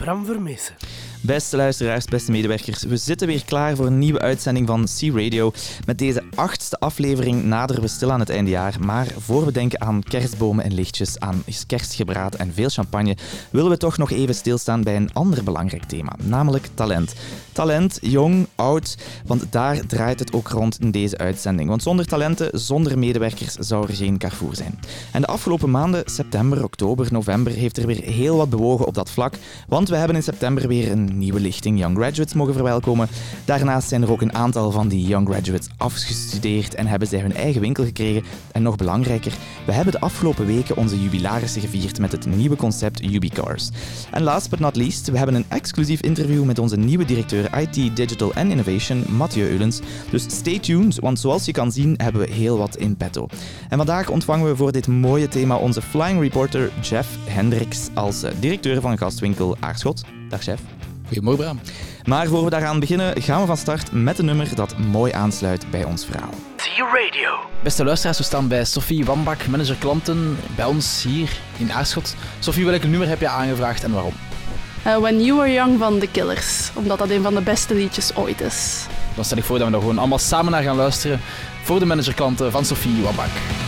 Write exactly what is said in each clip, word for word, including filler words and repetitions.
Bram Vermeesen. Beste luisteraars, beste medewerkers, we zitten weer klaar voor een nieuwe uitzending van C-Radio. Met deze achtste aflevering naderen we stil aan het eindejaar, maar voor we denken aan kerstbomen en lichtjes, aan kerstgebraad en veel champagne, willen we toch nog even stilstaan bij een ander belangrijk thema, namelijk talent. Talent, jong, oud, want daar draait het ook rond in deze uitzending. Want zonder talenten, zonder medewerkers, zou er geen Carrefour zijn. En de afgelopen maanden, september, oktober, november, heeft er weer heel wat bewogen op dat vlak, want we hebben in september weer een nieuwe lichting Young Graduates mogen verwelkomen. Daarnaast zijn er ook een aantal van die Young Graduates afgestudeerd en hebben zij hun eigen winkel gekregen. En nog belangrijker, we hebben de afgelopen weken onze jubilarissen gevierd met het nieuwe concept UbiCars. En last but not least, we hebben een exclusief interview met onze nieuwe directeur I T, Digital en Innovation, Mathieu Eulens. Dus stay tuned, want zoals je kan zien hebben we heel wat in petto. En vandaag ontvangen we voor dit mooie thema onze flying reporter Jeff Hendricks als directeur van gastwinkel Aarschot. Dag Jeff. Goedemorgen, Bram. Maar voor we daaraan beginnen, gaan we van start met een nummer dat mooi aansluit bij ons verhaal. C-Radio. Beste luisteraars, we staan bij Sophie Wambach, manager klanten, bij ons hier in Aarschot. Sophie, welk nummer heb je aangevraagd en waarom? Uh, When You Were Young van The Killers, omdat dat een van de beste liedjes ooit is. Dan stel ik voor dat we er gewoon allemaal samen naar gaan luisteren voor de managerklanten van Sophie Wambach.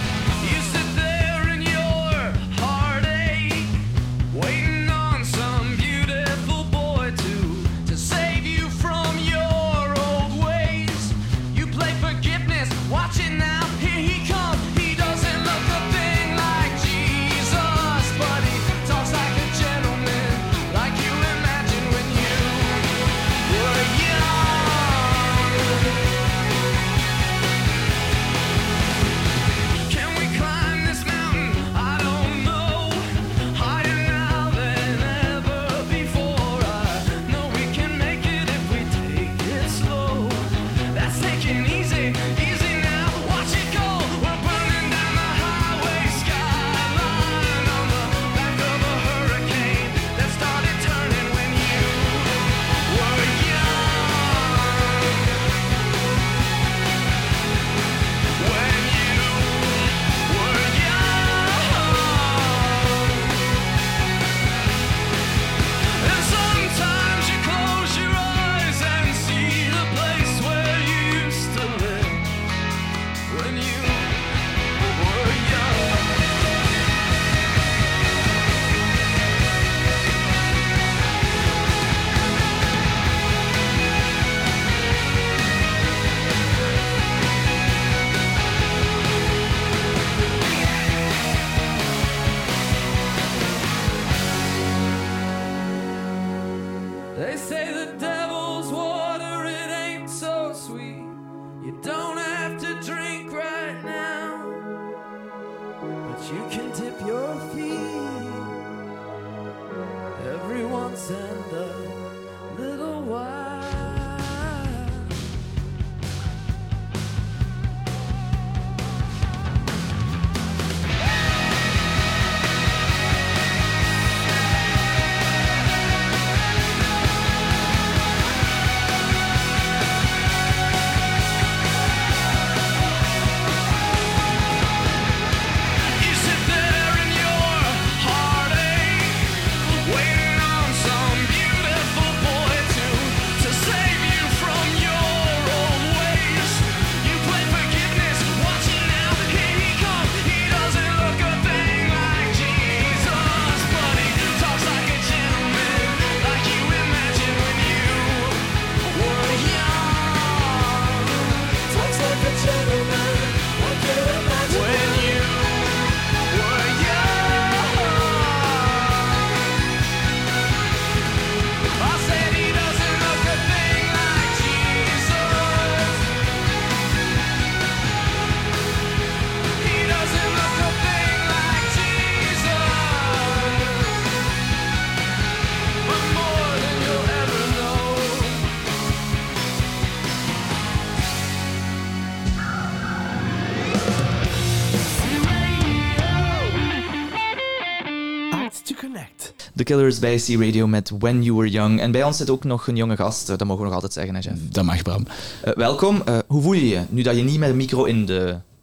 The Killers bij C-Radio met When You Were Young. En bij ons zit ook nog een jonge gast, dat mogen we nog altijd zeggen, hè, Jeff? Dat mag, Bram. Uh, welkom. Uh, hoe voel je je nu dat je niet met een micro in de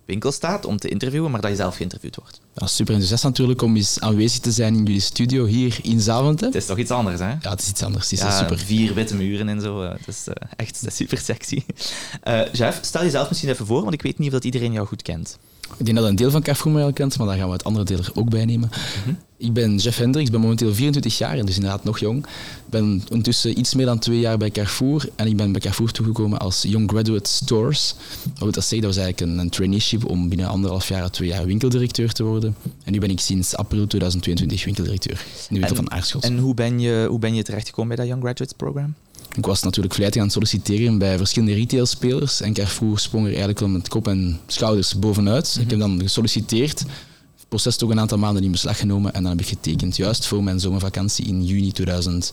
winkel staat om te interviewen, maar dat je zelf geïnterviewd wordt. Ja, super enthousiast natuurlijk om eens aanwezig te zijn in jullie studio hier in Zaventem. Het is toch iets anders, hè? Ja, het is iets anders. Het is ja, super. Vier witte muren en zo. Het is uh, echt super sexy. Uh, Jeff, stel jezelf misschien even voor, want ik weet niet of dat iedereen jou goed kent. Ik denk dat een deel van Carrefour mij al kent, maar daar gaan we het andere deel er ook bij nemen. Mm-hmm. Ik ben Jeff Hendricks, ik ben momenteel vierentwintig jaar en dus inderdaad nog jong. Ik ben ondertussen iets meer dan twee jaar bij Carrefour en ik ben bij Carrefour toegekomen als Young Graduate Stores. Wat wil dat zeggen? Dat was eigenlijk een, een traineeship om binnen anderhalf jaar à twee jaar winkeldirecteur te worden. En nu ben ik sinds april tweeduizend tweeëntwintig winkeldirecteur in de winkel en, van Aarschot. En hoe ben je, hoe ben je terechtgekomen bij dat Young Graduates Program? Ik was natuurlijk vlijtig aan het solliciteren bij verschillende retailspelers en Carrefour sprong er eigenlijk al met kop en schouders bovenuit. Mm-hmm. Ik heb dan gesolliciteerd, het proces toch een aantal maanden in beslag genomen en dan heb ik getekend, juist voor mijn zomervakantie in juni tweeduizend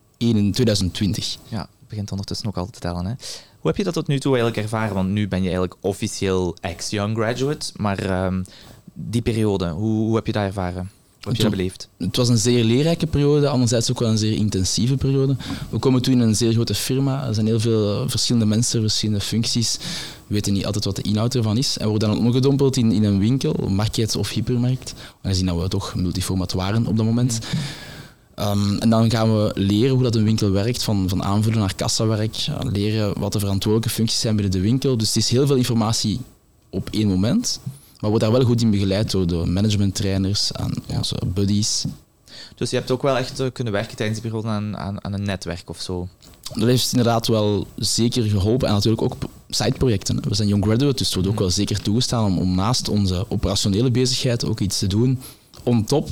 twintig. Ja, het begint ondertussen ook al te tellen. Hè? Hoe heb je dat tot nu toe eigenlijk ervaren? Want nu ben je eigenlijk officieel ex-Young Graduate, maar um, die periode, hoe, hoe heb je dat ervaren? Hoe heb je dat beleefd? Het was een zeer leerrijke periode, anderzijds ook wel een zeer intensieve periode. We komen toen in een zeer grote firma. Er zijn heel veel verschillende mensen, verschillende functies. We weten niet altijd wat de inhoud ervan is. En we worden dan omgedompeld in, in een winkel, market of hypermarkt. Aangezien dat we toch multiformat waren op dat moment. Um, en dan gaan we leren hoe dat een winkel werkt, van, van aanvullen naar kassawerk. Leren wat de verantwoordelijke functies zijn binnen de winkel. Dus het is heel veel informatie op één moment. Maar wordt daar wel goed in begeleid door de managementtrainers en ja. onze buddies. Dus je hebt ook wel echt kunnen werken tijdens die periode aan, aan, aan een netwerk of zo? Dat heeft inderdaad wel zeker geholpen. En natuurlijk ook sideprojecten. We zijn Young Graduate, dus het wordt ook wel zeker toegestaan om, om naast onze operationele bezigheid ook iets te doen on top.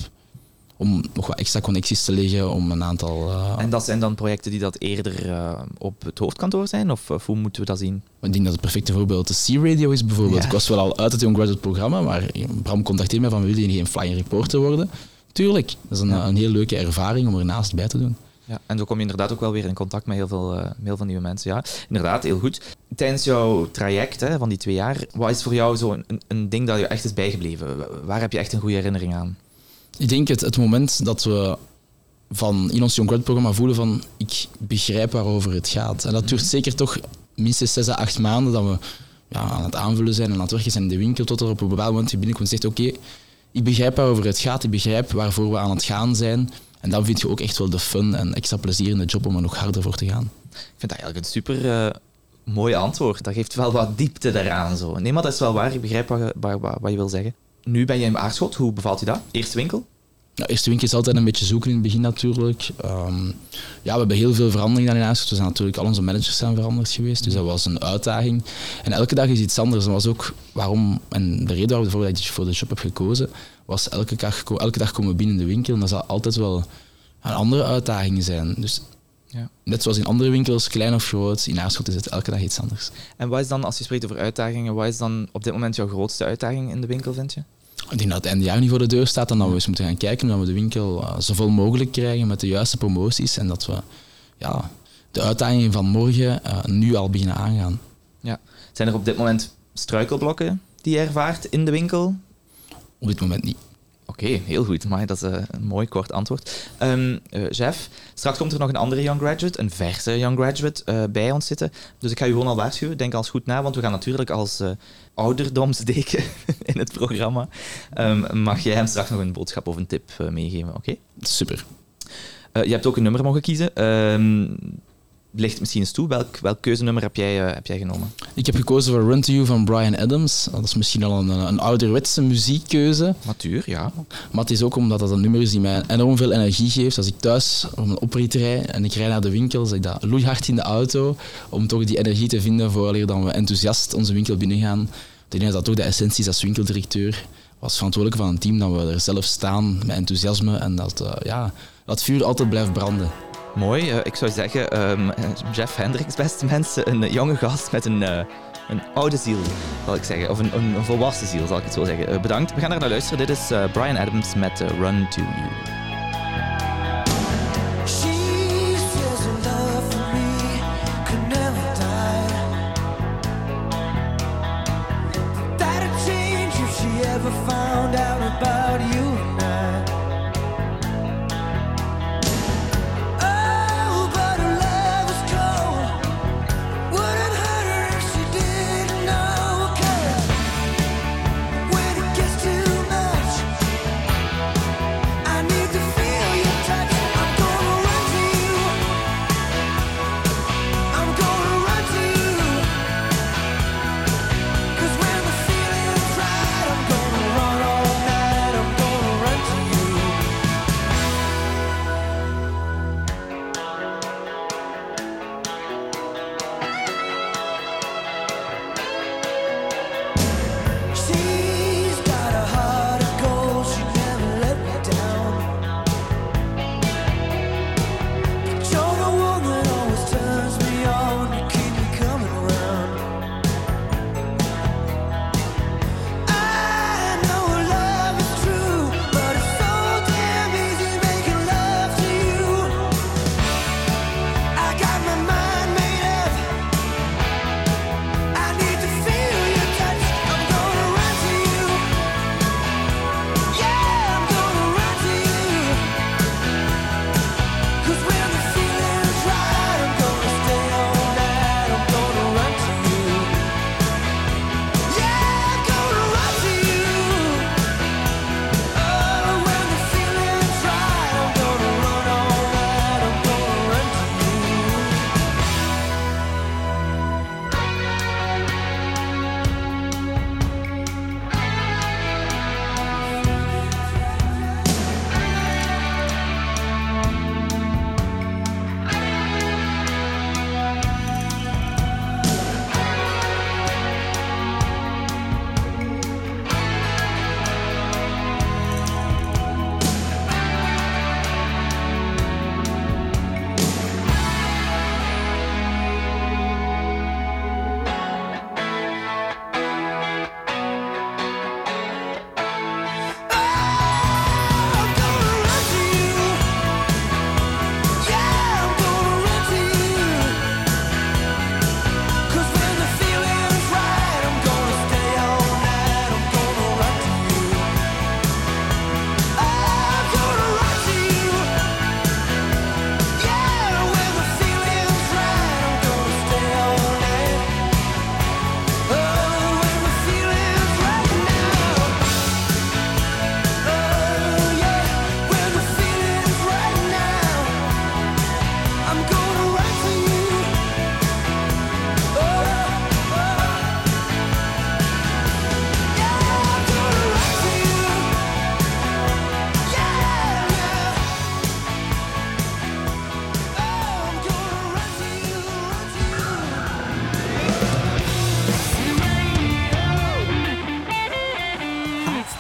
Om nog wat extra connecties te leggen, om een aantal... Uh... En dat zijn dan projecten die dat eerder uh, op het hoofdkantoor zijn? Of, of hoe moeten we dat zien? Ik denk dat het perfecte voorbeeld de C-Radio is bijvoorbeeld. Ja. Ik was wel al uit het Young Graduate programma, maar Bram contacteerde mij van, wil je geen flying reporter worden? Tuurlijk, dat is een, ja. een heel leuke ervaring om ernaast bij te doen. Ja, en zo kom je inderdaad ook wel weer in contact met heel veel, uh, heel veel nieuwe mensen. Ja, inderdaad, heel goed. Tijdens jouw traject hè, van die twee jaar, wat is voor jou zo een, een ding dat je echt is bijgebleven? Waar heb je echt een goede herinnering aan? Ik denk het, het moment dat we van in ons Young Graduate programma voelen van ik begrijp waarover het gaat. En dat duurt zeker toch minstens zes à acht maanden dat we ja, aan het aanvullen zijn en aan het werken zijn in de winkel, tot er op een bepaald moment je binnenkomt en zegt oké, okay, ik begrijp waarover het gaat, ik begrijp waarvoor we aan het gaan zijn. En dan vind je ook echt wel de fun en extra plezier in de job om er nog harder voor te gaan. Ik vind dat eigenlijk een super uh, mooi antwoord. Dat geeft wel wat diepte daaraan. Zo. Nee, maar dat is wel waar. Ik begrijp wat je, wat, wat je wil zeggen. Nu ben je in Aarschot. Hoe bevalt je dat? Eerste winkel? Ja, eerste winkel is altijd een beetje zoeken in het begin natuurlijk. Um, ja, we hebben heel veel verandering dan in Aarschot. We zijn natuurlijk, al onze managers zijn veranderd geweest, dus dat was een uitdaging. En elke dag is iets anders. Dat was ook waarom, en de reden waarom ik voor de job heb gekozen, was elke dag, elke dag komen we binnen de winkel en dat zal altijd wel een andere uitdaging zijn. Dus ja. Net zoals in andere winkels, klein of groot, in Aarschot is het elke dag iets anders. En wat is dan, als je spreekt over uitdagingen, wat is dan op dit moment jouw grootste uitdaging in de winkel, vind je? Ik denk dat het einde jaar niet voor de deur staat en dat we eens moeten gaan kijken hoe we de winkel uh, zo vol mogelijk krijgen met de juiste promoties en dat we ja, de uitdagingen van morgen uh, nu al beginnen aangaan. Ja. Zijn er op dit moment struikelblokken die je ervaart in de winkel? Op dit moment niet. Oké, okay, heel goed. Maar dat is uh, een mooi kort antwoord. Um, uh, Jeff, straks komt er nog een andere Young Graduate, een verse Young Graduate, uh, bij ons zitten. Dus ik ga je gewoon al waarschuwen. Denk als goed na, want we gaan natuurlijk als uh, ouderdomsdeken in het programma, um, mag jij hem straks nog een boodschap of een tip uh, meegeven, oké? Okay? Super. Uh, je hebt ook een nummer mogen kiezen. Um, Ligt misschien eens toe. Welk, welk keuzenummer heb jij, uh, heb jij genomen? Ik heb gekozen voor Run to You van Bryan Adams. Dat is misschien al een, een ouderwetse muziekkeuze. Matuur, ja. Maar het is ook omdat dat een nummer is die mij enorm veel energie geeft. Als ik thuis op een oprit rijd en ik rijd naar de winkel, zet ik dat loeihard in de auto om toch die energie te vinden voordat we enthousiast onze winkel binnengaan. Ik denk dat dat toch de essentie is als winkeldirecteur. Als verantwoordelijke van een team, dat we er zelf staan met enthousiasme en dat, uh, ja, dat vuur altijd blijft branden. Mooi. Uh, ik zou zeggen, um, Jeff Hendricks, beste mensen, een jonge gast met een, uh, een oude ziel, zal ik zeggen. Of een, een, een volwassen ziel, zal ik het zo zeggen. Uh, bedankt. We gaan er naar luisteren. Dit is uh, Bryan Adams met uh, Run to You.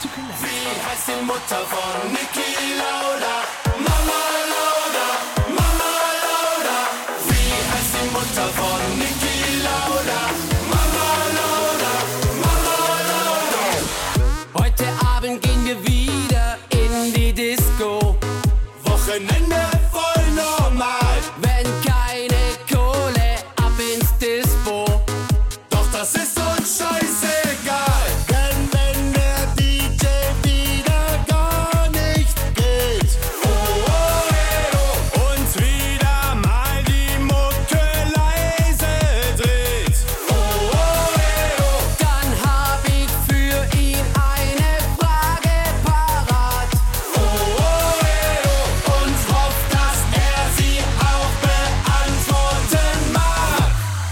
Wie heißt die Mutter von Niki Lauda? Mama Lauda, Mama Lauda. Wie heißt die Mutter von Niki Lauda? Mama Lauda, Mama Lauda. Heute Abend gehen wir wieder in die Disco. Wochenende voll normal. Wenn keine Kohle, ab ins Dispo. Doch das ist uns scheißegal. Denn wenn der D J wieder gar nicht geht, oh, oh, hey, oh, und wieder mal die Mucke leise dreht, oh, oh, hey, oh, dann hab ich für ihn eine Frage parat, oh, oh, hey, oh, und hoff, dass er sie auch beantworten mag.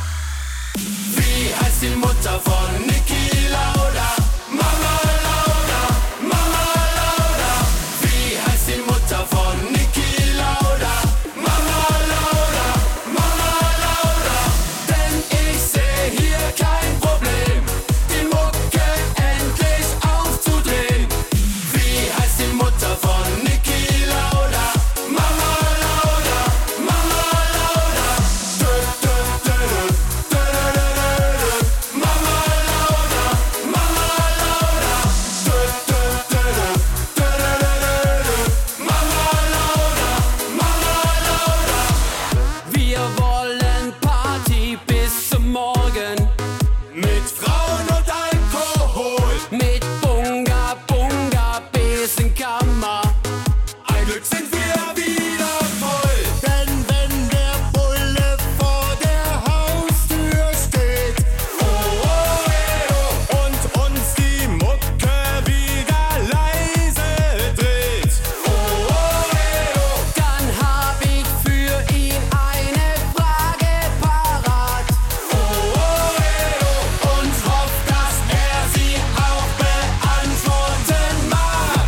Wie heißt die Mutter von Niki Lauda? Mama Lauda, Mama Lauda. Wie heißt die Mutter von Niki Lauda? Mama Lauda, Mama Lauda. Denn ich seh hier kein Problem, die Mucke endlich aufzudrehen. Wie heißt die Mutter von Niki Lauda? Mama Lauda, Mama Lauda. Dö, dö, dö, dö, dö, dö, dö, dö. Mama Lauda, Mama Lauda. Dö, dö, dö, dö, dö, dö, dö, dö. Mama Lauda, Mama Lauda. Wir wollen Party bis zum Morgen. Mit Frauen und Alkohol. Mit Bunga, Bunga, Besenkammer. Ein Glück sind wir wieder voll. Denn wenn der Bulle vor der Haustür steht, oh, oh, hey, oh, und uns die Mucke wieder leise dreht, oh, oh, hey, oh, dann hab ich für ihn eine Frage parat, oh, oh, hey, oh, und hoff, dass er sie auch beantworten mag.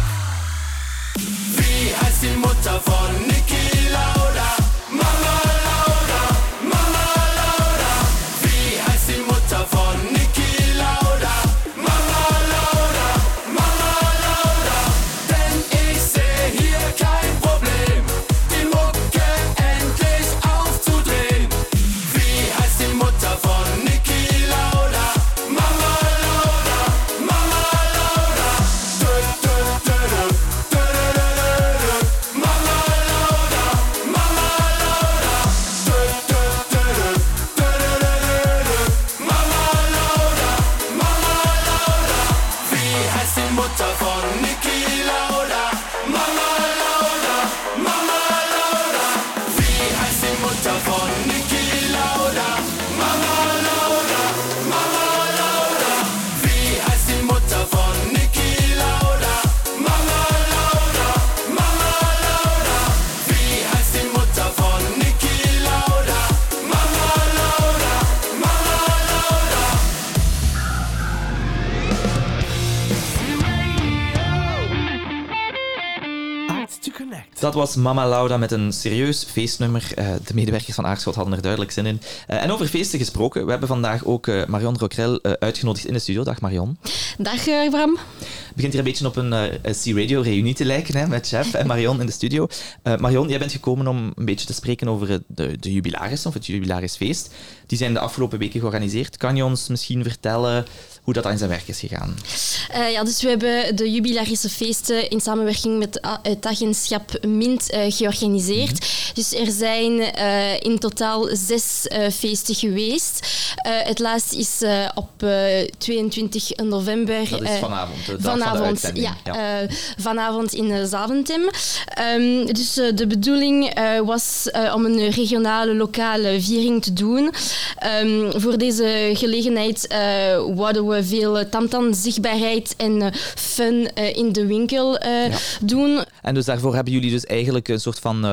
Wie heißt die Mutter von Niki Lauda? Mama Lauda, Mama Lauda. Wie heißt die Mutter von Niki Lauda? Mama Lauda, Mama Lauda. Denn ich seh hier kein Problem, die Mucke endlich aufzudrehen. Wie heißt die Mutter von Niki Lauda? Mama Lauda, Mama Lauda. Dö, dö, dö, dö, dö, dö, dö, dö. Mama Lauda, Mama Lauda. Dö, dö, dö, dö, dö, dö, dö, dö. Mama Lauda, Mama Lauda. Wie heißt die Mutter von Niki Lauda? Mama Lauda, Mama Lauda. Wie heißt die Mutter von Niki Lauda? Mama Lauda, Mama Lauda. Wie heißt die Mutter von Niki Lauda? Mama Lauda, Mama Lauda. Wie heißt die Mutter von Niki Lauda? Mama Lauda, Mama Lauda. Dat was Mama Lauda met een serieus feestnummer. Uh, de medewerkers van Aarschot hadden er duidelijk zin in. Uh, en over feesten gesproken, we hebben vandaag ook uh, Marion Roquerel uh, uitgenodigd in de studio. Dag Marion. Dag uh, Bram. Het begint hier een beetje op een uh, C-Radio-reunie te lijken, hè, met Chef en Marion in de studio. Uh, Marion, jij bent gekomen om een beetje te spreken over de, de jubilaris, of het jubilarisfeest. Die zijn de afgelopen weken georganiseerd. Kan je ons misschien vertellen hoe dat aan zijn werk is gegaan? Uh, ja, dus we hebben de jubilarische feesten in samenwerking met het agentschap Mint uh, georganiseerd. Mm-hmm. Dus er zijn uh, in totaal zes uh, feesten geweest. Uh, het laatste is uh, op uh, tweeëntwintig november. Dat is vanavond, de dag vanavond, van de uitzending. Ja, ja. Uh, vanavond in uh, Zaventem. Um, dus uh, de bedoeling uh, was uh, om een regionale, lokale viering te doen. Um, voor deze gelegenheid uh, wouden we veel tamtam, zichtbaarheid en uh, fun uh, in de winkel uh, ja. doen. En dus daarvoor hebben jullie dus eigenlijk een soort van uh,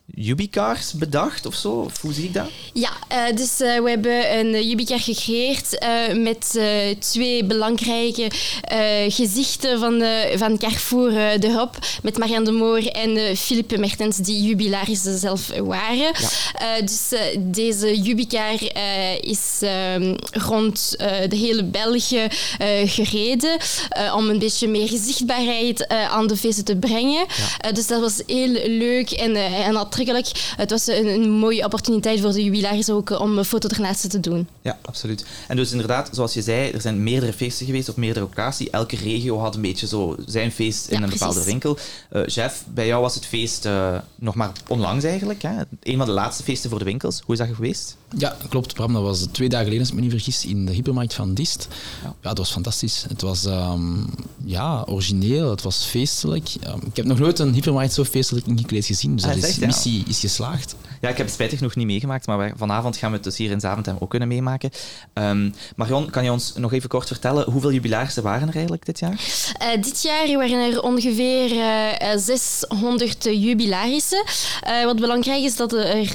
Jubicaars bedacht of zo? Of hoe zie ik dat? Ja, uh, dus uh, we hebben een Jubicar gecreëerd uh, met uh, twee belangrijke uh, gezichten van, de, van Carrefour uh, erop. Met Marianne de Moor en uh, Philippe Mertens, die jubilarissen zelf waren. Ja. Uh, dus uh, deze Jubicar uh, is uh, rond uh, de hele België uh, gereden uh, om een beetje meer zichtbaarheid uh, aan de feesten te brengen. Ja. Uh, dus dat was heel leuk en, uh, en aantrekkelijk. Het was een, een mooie opportuniteit voor de jubilaris ook om een foto ernaast te doen. Ja, absoluut. En dus inderdaad, zoals je zei, er zijn meerdere feesten geweest op meerdere locaties. Elke regio had een beetje zo zijn feest in ja, een bepaalde precies. winkel. Uh, Jeff, bij jou was het feest uh, nog maar onlangs eigenlijk. Hè? Een van de laatste feesten voor de winkels. Hoe is dat geweest? Ja, klopt, Bram. Dat was twee dagen geleden, als ik me niet vergis, in de hypermarkt van Diest. Ja, ja dat was fantastisch. Het was um, ja, origineel, het was feestelijk. Um, ik heb nog nooit een hypermarkt zo feestelijk ingekleed gezien. Dus ah, dat is, echt, missie ja. is geslaagd. Ja, ik heb het spijtig nog niet meegemaakt, maar wij, vanavond gaan we het dus hier in Zaventem ook kunnen meemaken. Um, Marion, kan je ons nog even kort vertellen, hoeveel jubilarissen waren er eigenlijk dit jaar? Uh, dit jaar waren er ongeveer uh, zeshonderd jubilarissen. Uh, wat belangrijk is, dat er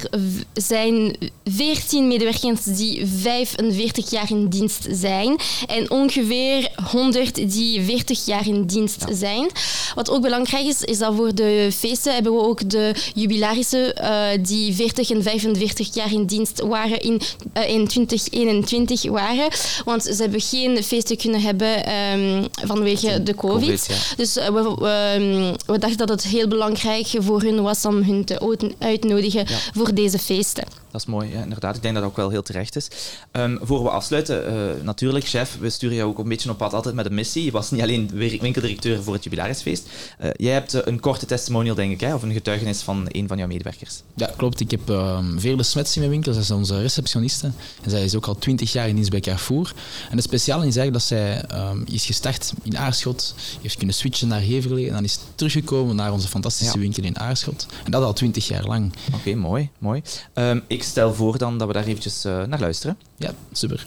zijn veertien medewerkers die vijfenveertig jaar in dienst zijn en ongeveer honderd die veertig jaar in dienst ja. zijn. Wat ook belangrijk is, is dat voor de feesten hebben we ook de jubilarissen uh, die veertig en vijfenveertig jaar in dienst waren in, uh, in twintig eenentwintig waren. Want ze hebben geen feesten kunnen hebben um, vanwege de COVID. COVID ja. Dus uh, we, um, we dachten dat het heel belangrijk voor hun was om hun te uitnodigen ja. voor deze feesten. Dat is mooi, ja, inderdaad. Ik denk dat dat ook wel heel terecht is. Um, voor we afsluiten, uh, natuurlijk, chef, we sturen jou ook een beetje op pad altijd met een missie. Je was niet alleen winkeldirecteur voor het jubilarisfeest. Uh, jij hebt uh, een korte testimonial, denk ik, hè, of een getuigenis van een van jouw medewerkers. Ja, klopt. Ik heb uh, Veerle Smets in mijn winkel. Zij is onze receptioniste. En zij is ook al twintig jaar in dienst bij Carrefour. En het speciale is eigenlijk dat zij um, is gestart in Aarschot, heeft kunnen switchen naar Heverlee en dan is teruggekomen naar onze fantastische ja. winkel in Aarschot. En dat al twintig jaar lang. Oké, okay, mooi. mooi. Um, ik stel voor dan dat we daar eventjes uh, naar luisteren. Ja, super.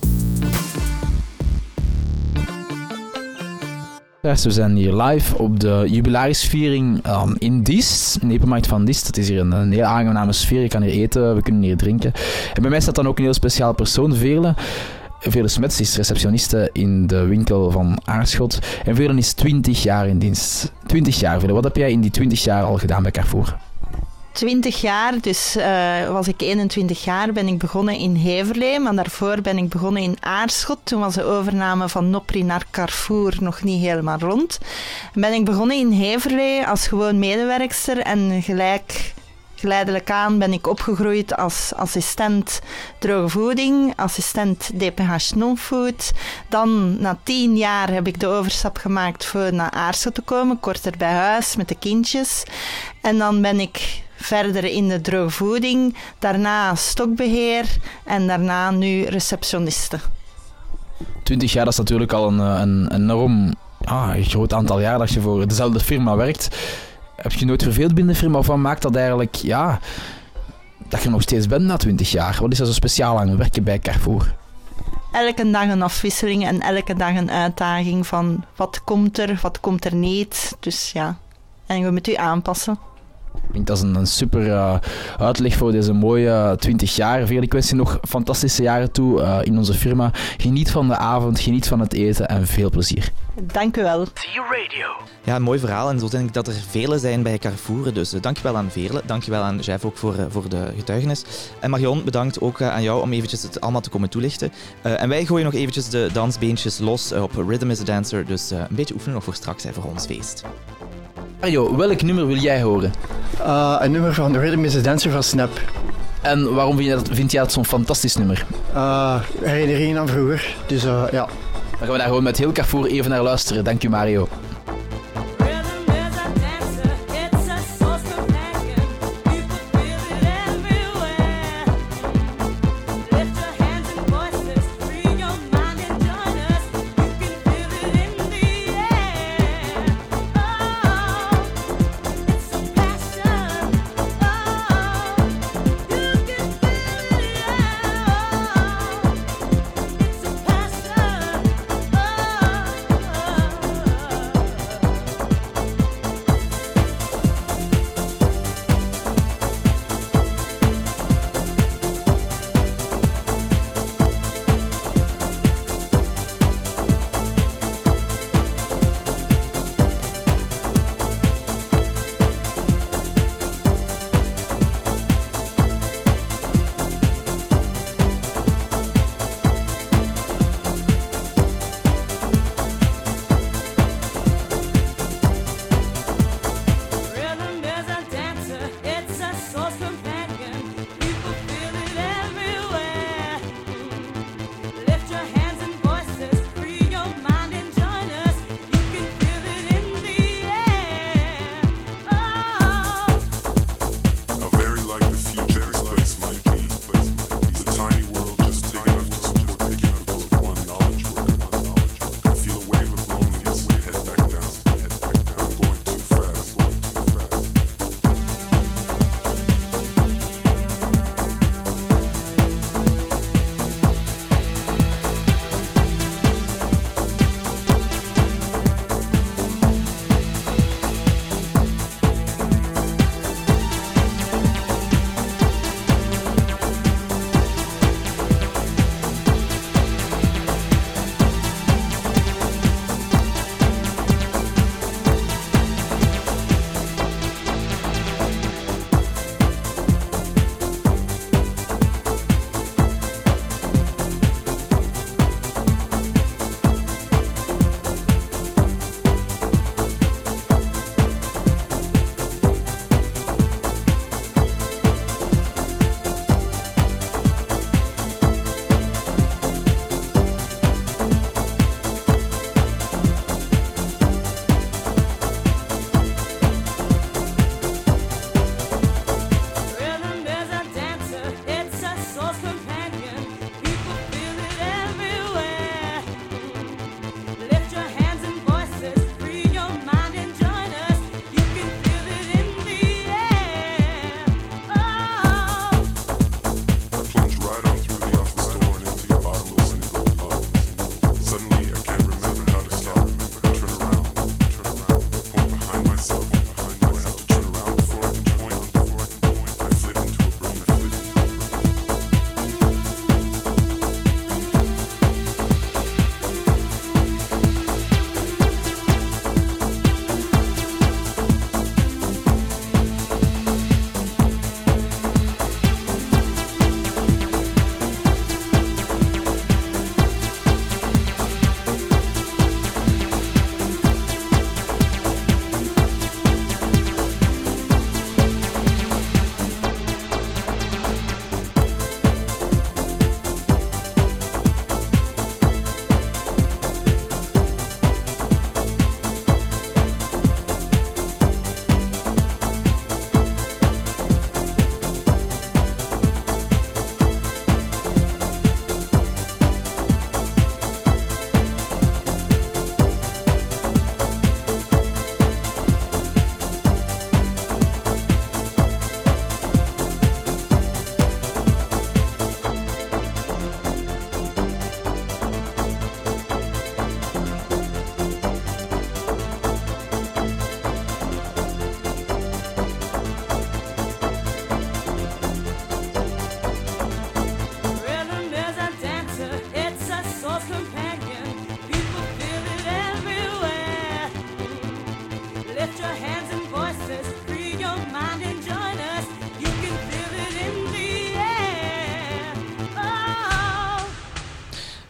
We zijn hier live op de jubilarisviering um, in Diest, in de hypermarkt van Diest. Het is hier een, een heel aangename sfeer. Je kan hier eten, we kunnen hier drinken. En bij mij staat dan ook een heel speciaal persoon, Veerle. Veerle Smets is receptioniste in de winkel van Aarschot. En Veerle is twintig jaar in dienst. twintig jaar, Veerle. Wat heb jij in die twintig jaar al gedaan bij Carrefour? twintig jaar, dus uh, was ik eenentwintig jaar, ben ik begonnen in Heverlee, maar daarvoor ben ik begonnen in Aarschot. Toen was de overname van Nopri naar Carrefour nog niet helemaal rond. Ben ik begonnen in Heverlee als gewoon medewerkster en gelijk... Geleidelijk aan ben ik opgegroeid als assistent droge voeding, assistent D P H non-food. Dan, na tien jaar, heb ik de overstap gemaakt voor naar Aarschot te komen, korter bij huis met de kindjes. En dan ben ik verder in de droge voeding, daarna stokbeheer en daarna nu receptioniste. Twintig jaar, dat is natuurlijk al een, een enorm ah, groot aantal jaar dat je voor dezelfde firma werkt. Heb je nooit verveeld binnen de firma? Of wat maakt dat eigenlijk, ja, dat je nog steeds bent na twintig jaar? Wat is er zo speciaal aan werken bij Carrefour? Elke dag een afwisseling en elke dag een uitdaging van wat komt er, wat komt er niet. Dus ja, en je moet je aanpassen. Ik denk dat is een, een super uh, uitleg voor deze mooie twintig jaar. Veel ik wens je nog fantastische jaren toe uh, in onze firma. Geniet van de avond, geniet van het eten en veel plezier. Dank u wel. Ja, een mooi verhaal. En zo denk ik dat er vele zijn bij Carrefour. Dus uh, dankjewel aan Veerle. Dankjewel aan Jeff ook voor, uh, voor de getuigenis. En Marion, bedankt ook uh, aan jou om eventjes het allemaal te komen toelichten. Uh, en wij gooien nog eventjes de dansbeentjes los uh, op Rhythm is a Dancer. Dus uh, een beetje oefenen nog voor straks hè, voor ons feest. Mario, welk nummer wil jij horen? Uh, een nummer van The Rhythm is a Dancer van Snap. En waarom vind jij dat, vind jij dat zo'n fantastisch nummer? Uh, herinneringen aan vroeger, dus uh, ja. Dan gaan we daar gewoon met heel Carrefour even naar luisteren. Dank je, Mario.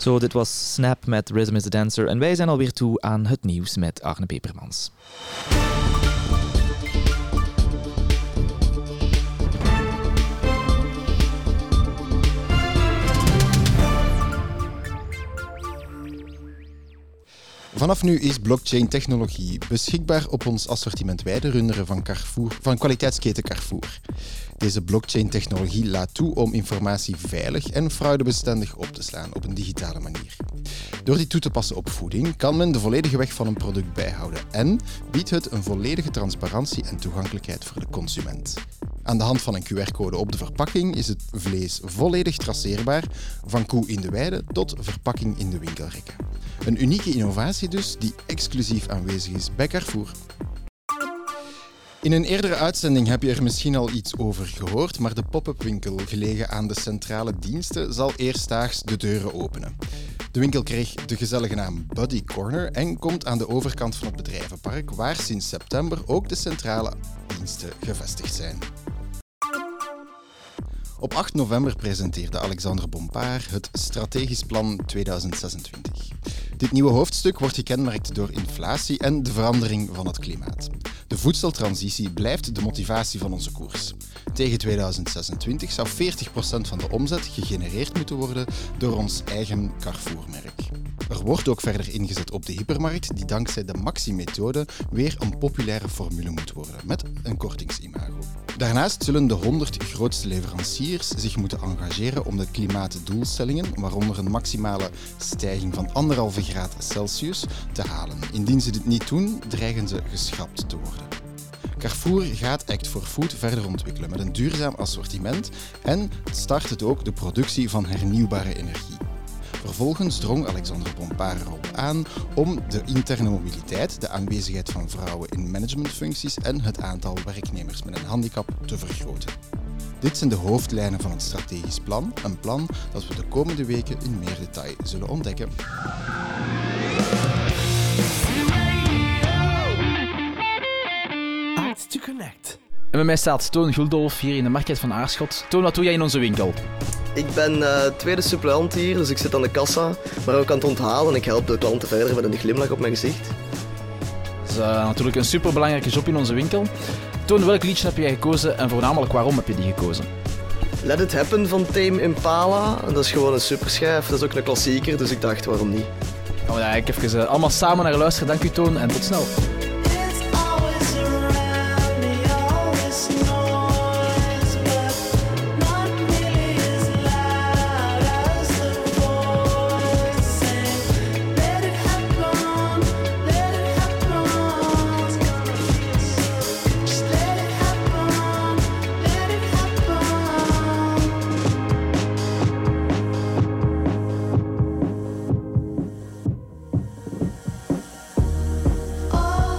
Zo, dit was Snap met Rhythm is the Dancer. En wij zijn alweer toe aan het nieuws met Arne Pepermans. Vanaf nu is blockchain-technologie beschikbaar op ons assortiment weiderunderen van, Carrefour, van kwaliteitsketen Carrefour. Deze blockchain-technologie laat toe om informatie veilig en fraudebestendig op te slaan op een digitale manier. Door die toe te passen op voeding kan men de volledige weg van een product bijhouden en biedt het een volledige transparantie en toegankelijkheid voor de consument. Aan de hand van een Q R-code op de verpakking is het vlees volledig traceerbaar, van koe in de weide tot verpakking in de winkelrekken. Een unieke innovatie dus, die exclusief aanwezig is bij Carrefour. In een eerdere uitzending heb je er misschien al iets over gehoord, maar de pop-up winkel gelegen aan de centrale diensten zal eerstdaags de deuren openen. De winkel kreeg de gezellige naam Buddy Corner en komt aan de overkant van het bedrijvenpark, waar sinds september ook de centrale diensten gevestigd zijn. Op acht november presenteerde Alexandre Bompard het Strategisch Plan tweeduizend zesentwintig. Dit nieuwe hoofdstuk wordt gekenmerkt door inflatie en de verandering van het klimaat. De voedseltransitie blijft de motivatie van onze koers. Tegen tweeduizend zesentwintig zou veertig procent van de omzet gegenereerd moeten worden door ons eigen Carrefour-merk. Er wordt ook verder ingezet op de hypermarkt, die dankzij de Maxi-methode weer een populaire formule moet worden, met een kortingsimago. Daarnaast zullen de honderd grootste leveranciers zich moeten engageren om de klimaatdoelstellingen, waaronder een maximale stijging van anderhalve graad Celsius, te halen. Indien ze dit niet doen, dreigen ze geschrapt te worden. Carrefour gaat Act for Food verder ontwikkelen met een duurzaam assortiment en start het ook de productie van hernieuwbare energie. Vervolgens drong Alexandre Bompard erop aan om de interne mobiliteit, de aanwezigheid van vrouwen in managementfuncties en het aantal werknemers met een handicap te vergroten. Dit zijn de hoofdlijnen van het strategisch plan, een plan dat we de komende weken in meer detail zullen ontdekken. Art to Connect. En bij mij staat Toon Guldolf hier in de market van Aarschot. Toon, wat doe jij in onze winkel? Ik ben uh, tweede suppleant hier, dus ik zit aan de kassa, maar ook aan het onthalen en ik help de klanten verder met een glimlach op mijn gezicht. Dat is uh, natuurlijk een superbelangrijke job in onze winkel. Toon, welk liedje heb jij gekozen en voornamelijk waarom heb je die gekozen? Let It Happen van Tame Impala, dat is gewoon een superschijf, dat is ook een klassieker, dus ik dacht waarom niet. Nou ja, ik even uh, allemaal samen naar luisteren, dank u Toon en tot snel. Oh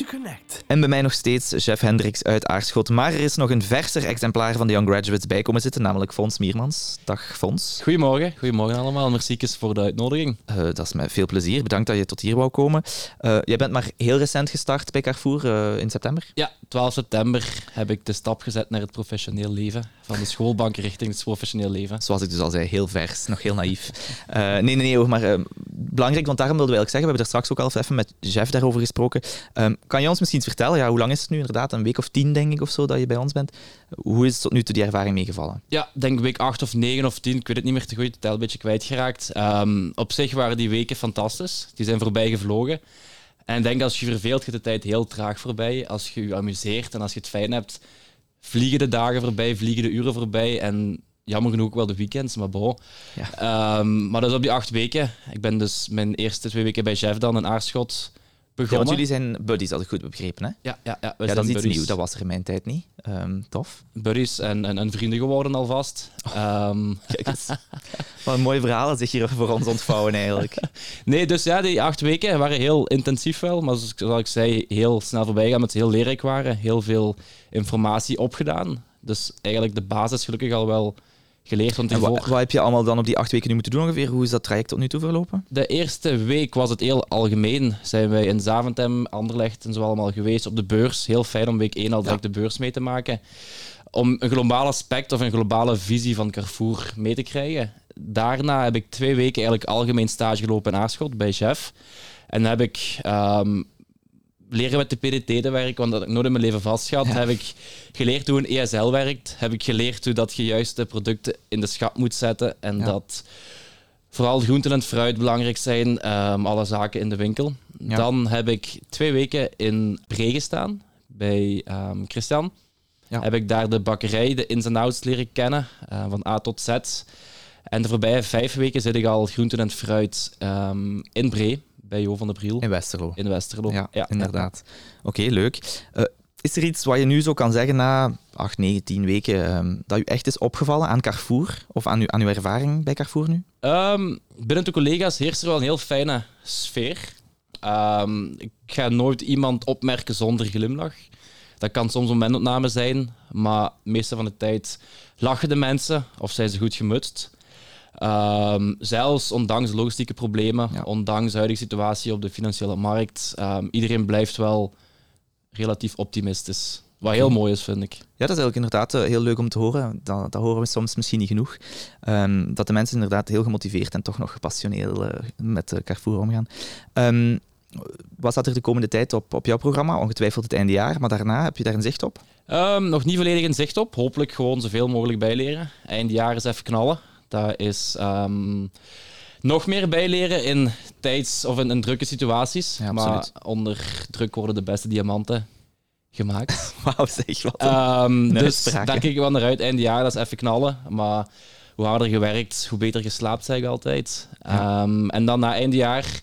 connect. En bij mij nog steeds chef Hendricks uit Aarschot. Maar er is nog een verser exemplaar van de Young Graduates bij komen zitten, namelijk Fons Miermans. Dag Fons. Goedemorgen, goedemorgen allemaal. Merci voor de uitnodiging. Uh, dat is met veel plezier. Bedankt dat je tot hier wou komen. Uh, jij bent maar heel recent gestart bij Carrefour uh, in september. Ja, twaalf september heb ik de stap gezet naar het professioneel leven. Van de schoolbank richting het professioneel leven. Zoals ik dus al zei, heel vers, nog heel naïef. Uh, nee, nee, nee, hoor, maar uh, belangrijk, want daarom wilden we eigenlijk zeggen, we hebben er straks ook al even met Jeff daarover gesproken. Um, kan je ons misschien iets vertellen? Ja, hoe lang is het nu? Inderdaad, een week of tien, denk ik, of zo, dat je bij ons bent. Hoe is het tot nu toe die ervaring meegevallen? Ja, ik denk week acht of negen of tien, ik weet het niet meer te goed, het tel een beetje kwijtgeraakt. Um, op zich waren die weken fantastisch. Die zijn voorbij gevlogen. En ik denk als je je verveelt, gaat de tijd heel traag voorbij. Als je je amuseert en als je het fijn hebt, vliegen de dagen voorbij, vliegen de uren voorbij. En jammer genoeg ook wel de weekends, maar bon. Ja. Um, maar dat is op die acht weken. Ik ben dus mijn eerste twee weken bij Jeff dan in Aarschot begonnen. Ja, want jullie zijn buddies, had ik goed begrepen, hè? Ja, ja, ja, ja dat is iets buddies. Nieuw. Dat was er in mijn tijd niet. Um, tof. Buddies en, en, en vrienden geworden alvast. Oh. Um... Kijk eens. Wat een mooi verhaal zich hier voor ons ontvouwen eigenlijk. Nee, dus ja, die acht weken waren heel intensief wel. Maar zoals ik zei, heel snel voorbij gaan, met heel leerrijk waren. Heel veel informatie opgedaan. Dus eigenlijk de basis gelukkig al wel geleerd. Want en wat, wat heb je allemaal dan op die acht weken nu moeten doen ongeveer? Hoe is dat traject tot nu toe verlopen? De eerste week was het heel algemeen. Zijn wij in Zaventem, Anderlecht en zo allemaal geweest op de beurs. Heel fijn om week één al direct ja. de beurs mee te maken. Om een globaal aspect of een globale visie van Carrefour mee te krijgen. Daarna heb ik twee weken eigenlijk algemeen stage gelopen in Aarschot bij Jeff. En dan heb ik um, leren met de P D T te werken, want dat heb ik nooit in mijn leven vast gehad. Ja. Heb ik geleerd hoe een E S L werkt. Heb ik geleerd hoe dat je juist de producten in de schap moet zetten. En ja. dat vooral groenten en fruit belangrijk zijn. Um, alle zaken in de winkel. Ja. Dan heb ik twee weken in Bree gestaan bij um, Christian. Ja. Heb ik daar de bakkerij, de ins en outs leren kennen, uh, van A tot Z. En de voorbije vijf weken zit ik al groenten en fruit um, in Bree, bij Jo van de Briel. In Westerlo. In Westerlo, ja. ja inderdaad. Oké, okay, leuk. Uh, is er iets wat je nu zo kan zeggen na acht, negen, tien weken, um, dat u echt is opgevallen aan Carrefour? Of aan, u, aan uw ervaring bij Carrefour nu? Um, binnen de collega's heerst er wel een heel fijne sfeer. Um, ik ga nooit iemand opmerken zonder glimlach. Dat kan soms een momentopname zijn, maar de meeste van de tijd lachen de mensen of zijn ze goed gemutst. Um, zelfs ondanks logistieke problemen, ja. ondanks de huidige situatie op de financiële markt, um, iedereen blijft wel relatief optimistisch. Wat heel mooi is, vind ik. Ja, dat is eigenlijk inderdaad uh, heel leuk om te horen. Dat, dat horen we soms misschien niet genoeg. Um, dat de mensen inderdaad heel gemotiveerd en toch nog gepassioneerd uh, met uh, Carrefour omgaan. Um, Wat staat er de komende tijd op, op jouw programma? Ongetwijfeld het einde jaar, maar daarna, heb je daar een zicht op? Um, nog niet volledig een zicht op. Hopelijk gewoon zoveel mogelijk bijleren. Einde jaar is even knallen. Dat is um, nog meer bijleren in tijds- of in, in drukke situaties. Ja, maar onder druk worden de beste diamanten gemaakt. Wauw, zeg wat. Um, dus daar kijk ik wel naar uit. Einde jaar, dat is even knallen. Maar hoe harder je werkt, hoe beter je slaapt, zeg ik altijd. Ja. Um, en dan na einde jaar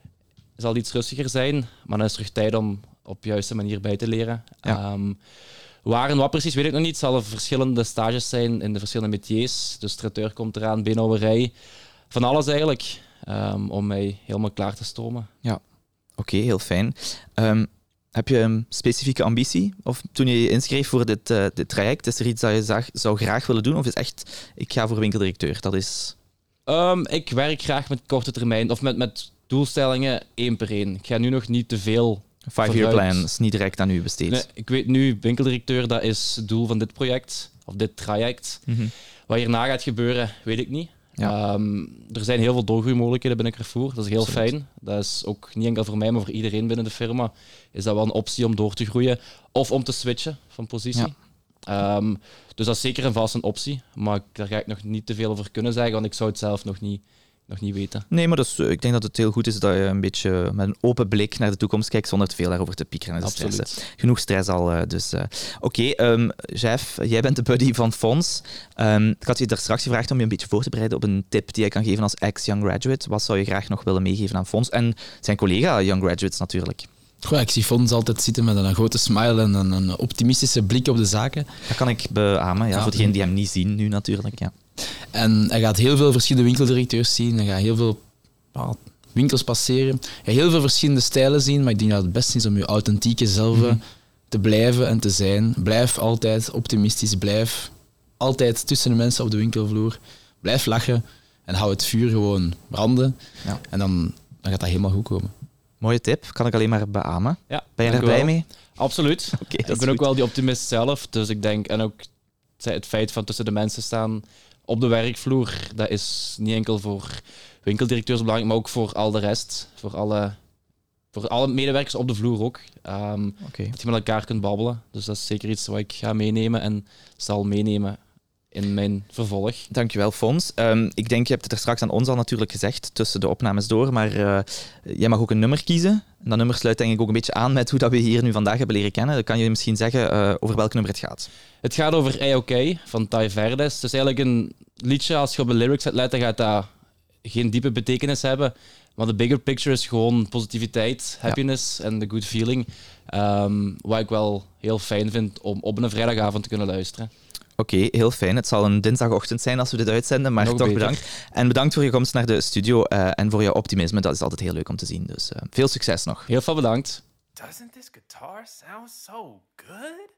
zal het iets rustiger zijn, maar dan is het terug tijd om op de juiste manier bij te leren. Ja. Um, waar en wat precies, weet ik nog niet. Het zullen verschillende stages zijn in de verschillende métiers. Dus traiteur komt eraan, beenhouwerij. Van alles eigenlijk, um, om mij helemaal klaar te stomen. Ja, oké, okay, heel fijn. Um, heb je een specifieke ambitie? Of toen je je inschreef voor dit, uh, dit traject, is er iets dat je zag, zou graag willen doen? Of is echt, ik ga voor winkeldirecteur? Dat is... Um, ik werk graag met korte termijn, of met... met doelstellingen één per één. Ik ga nu nog niet te veel. Five-year plan is niet direct aan u besteed. Nee, ik weet nu, winkeldirecteur, dat is het doel van dit project, of dit traject. Mm-hmm. Wat hierna gaat gebeuren, weet ik niet. Ja. Um, er zijn heel veel doorgroeimogelijkheden binnen Carrefour. Dat is heel Absoluut. fijn. Dat is ook niet enkel voor mij, maar voor iedereen binnen de firma. Is dat wel een optie om door te groeien of om te switchen van positie. Ja. Um, dus dat is zeker en vast een optie. Maar daar ga ik nog niet te veel over kunnen zeggen, want ik zou het zelf nog niet... nog niet weten. Nee, maar dat is, ik denk dat het heel goed is dat je een beetje met een open blik naar de toekomst kijkt zonder te veel daarover te piekeren en te stressen. Genoeg stress al. Dus, uh, Oké, okay, um, Jeff, jij bent de buddy van Fons. Um, ik had je daar straks gevraagd om je een beetje voor te bereiden op een tip die jij kan geven als ex-young graduate. Wat zou je graag nog willen meegeven aan Fons en zijn collega young graduates natuurlijk? Goh, ik zie Fons altijd zitten met een grote smile en een, een optimistische blik op de zaken. Dat kan ik beamen, ja, ja, voor degenen die hem niet zien nu natuurlijk. Ja. En hij gaat heel veel verschillende winkeldirecteurs zien. Hij gaat heel veel ja, winkels passeren. Ja, heel veel verschillende stijlen zien, maar ik denk dat het beste is om je authentieke zelf mm-hmm. te blijven en te zijn. Blijf altijd optimistisch, blijf altijd tussen de mensen op de winkelvloer. Blijf lachen en hou het vuur gewoon branden. Ja. En dan, dan gaat dat helemaal goed komen. Mooie tip, kan ik alleen maar beamen. Ja, ben je er blij mee? Absoluut. Okay, ik ben goed. Ook wel die optimist zelf, dus ik denk, en ook het feit van tussen de mensen staan op de werkvloer, dat is niet enkel voor winkeldirecteurs belangrijk, maar ook voor al de rest, voor alle, voor alle medewerkers op de vloer ook. Um, okay. Dat je met elkaar kunt babbelen, dus dat is zeker iets wat ik ga meenemen en zal meenemen in mijn vervolg. Dankjewel, Fons. Um, ik denk, je hebt het er straks aan ons al natuurlijk gezegd, tussen de opnames door, maar uh, jij mag ook een nummer kiezen. En dat nummer sluit denk ik ook een beetje aan met hoe dat we hier nu vandaag hebben leren kennen. Dan kan je misschien zeggen uh, over welk nummer het gaat. Het gaat over Ay OK van Ty Verdes. Het is eigenlijk een liedje, als je op de lyrics gaat letten, gaat dat geen diepe betekenis hebben. Maar de bigger picture is gewoon positiviteit, happiness en ja. the good feeling. Um, wat ik wel heel fijn vind om op een vrijdagavond te kunnen luisteren. Oké, okay, heel fijn. Het zal een dinsdagochtend zijn als we dit uitzenden, maar Nog toch beter. bedankt. En bedankt voor je komst naar de studio uh, en voor je optimisme. Dat is altijd heel leuk om te zien. Dus uh, veel succes nog. Heel veel bedankt. Doesn't this guitar sound so good?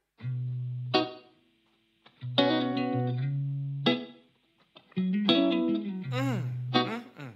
Mm, mm, mm.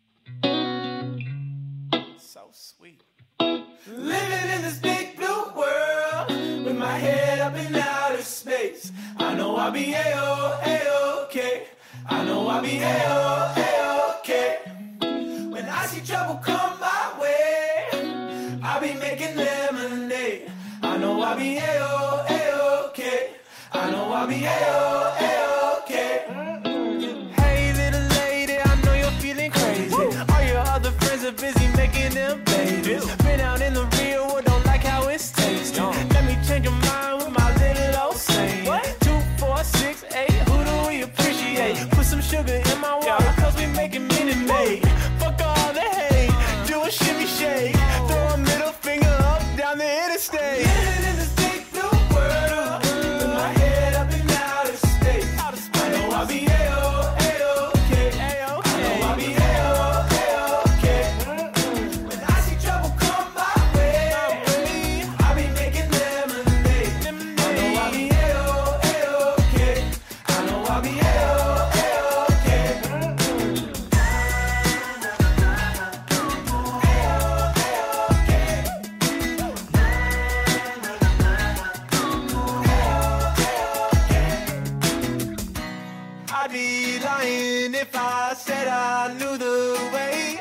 So sweet. Living in this big blue world with my head up in outer space. I know I'll be A-O, A-OK. I know I'll be A-O, A-OK. When I see trouble come my way, I'll be making lemonade. I know I'll be A-O, A-OK. I know I'll be A-O, A-OK. Hey little lady, I know you're feeling crazy. All your other friends are busy making them babies. Been out in the real world, don't like how it's tasting. Let me change your mind with my little old saying. Two, four, six, eight, who do we appreciate? Put some sugar in my water, cause we making Minute Maid. Fuck all the hate, do a shimmy shake. Throw a middle finger up down the interstate. Living in this big blue world, with my head up in outer space. I know I'll be A-O, A-OK. I know I'll be A-O, A-OK. When I see trouble come my way, I'll be making lemonade. I know I'll be A-O, A-OK. I know I'll be A-O, A-OK. I'd be lying if I said I knew the way.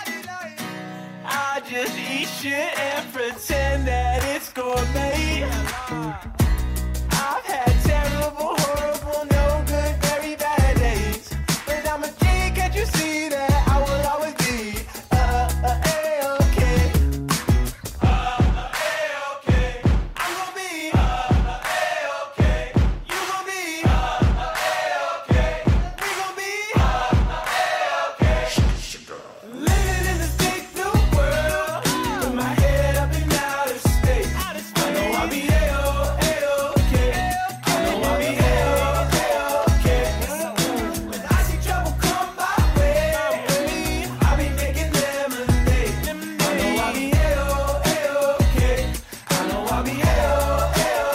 I just eat shit and pretend that it's gourmet. I've had terrible, horrible, no good, very bad days. But I'm a G, can't you see that I will always be uh, uh, A-OK. Uh, uh, A-OK. I'm gonna be uh, uh, A-OK. You gonna be uh, uh, A-OK. We gonna be uh, uh, A-OK. Living in this big blue world with my head up in outer space. I know I'll be A-O, A-OK. I know I'll be A-O, A-OK. When I see trouble come my way, I'll be making lemonade. I know I'll be A-O, A-OK. I know I'll be A-O,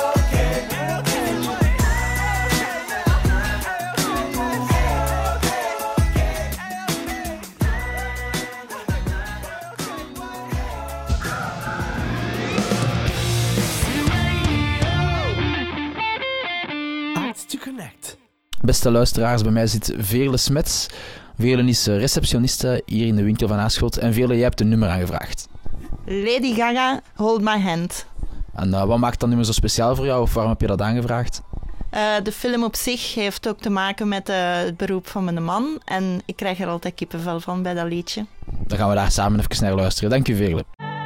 Arts to Connect. Beste luisteraars, bij mij zit Veerle Smets. Veerle is eh, receptioniste hier in de winkel van Aarschot. En Veerle, jij hebt een nummer aangevraagd. Lady Gaga, Hold My Hand. En uh, wat maakt dat nummer zo speciaal voor jou? Of waarom heb je dat aangevraagd? Uh, de film op zich heeft ook te maken met uh, het beroep van mijn man. En ik krijg er altijd kippenvel van bij dat liedje. Dan gaan we daar samen even naar luisteren. Dank u, Veerle.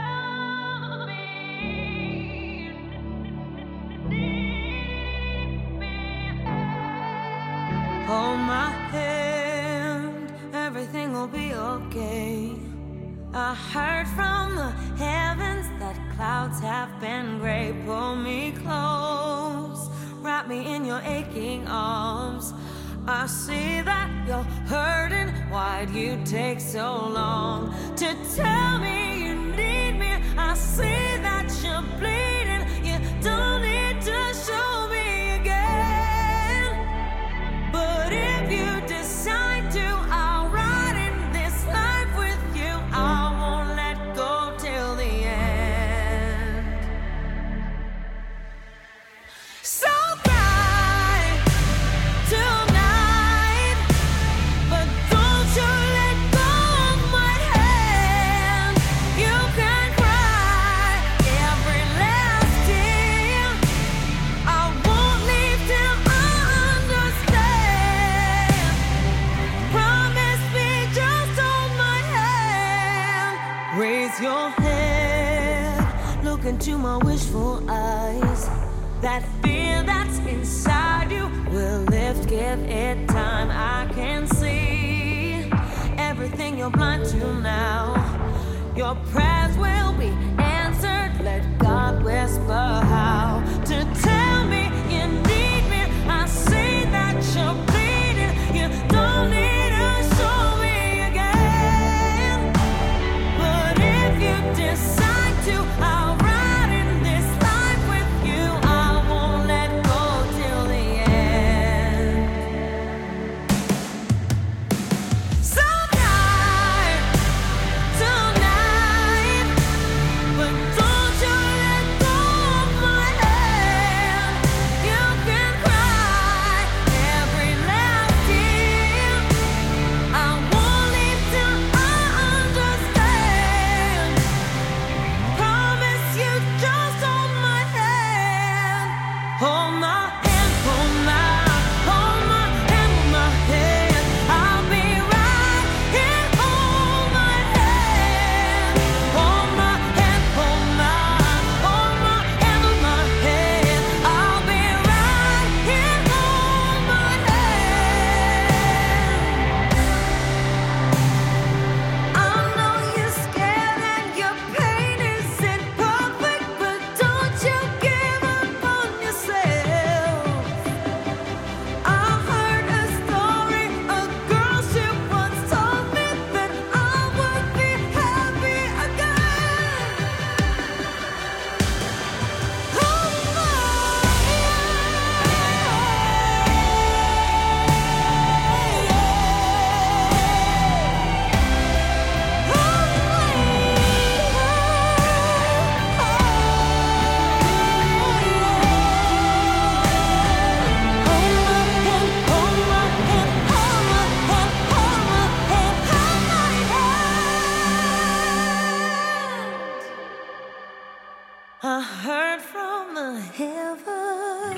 Hold my hand, everything will be okay. I heard from the heavens that clouds have been gray. Pull me close, wrap me in your aching arms. I see that you're hurting Why'd you take so long to tell me you need me? I see that you're bleeding. You don't need to show me again. But if you decide to, I'll ride in this life with you. I won't let go till the end. So cry tonight, but don't you let go of my hand. You can cry every last tear. I won't leave till I understand. Promise me, just hold my hand. Raise your head, look into my wishful eyes. That fear that's inside you will lift, give it time. I can see everything you're blind to now. Your prayers will be answered. Let God whisper how to tell me you need me. I see that you're bleeding. You don't need to show me again. But if you decide to, I'll ride in this life with you. I won't let go till the end. So cry tonight, but don't you let go of my hand. You can cry every last tear. I won't leave till I understand. Promise you, just hold my hand. Hold my hand, hold my, hold my hand, hold my hand. I'll be right here. Hold my hand, hold my hand, hold my, hold my hand, hold my hand. I'll be right here. Hold my hand. I know you're scared and your pain isn't perfect, but don't you give up on yourself. I heard a story, a girl she once told me that I would be happy again. Hold my I heard from the heavens.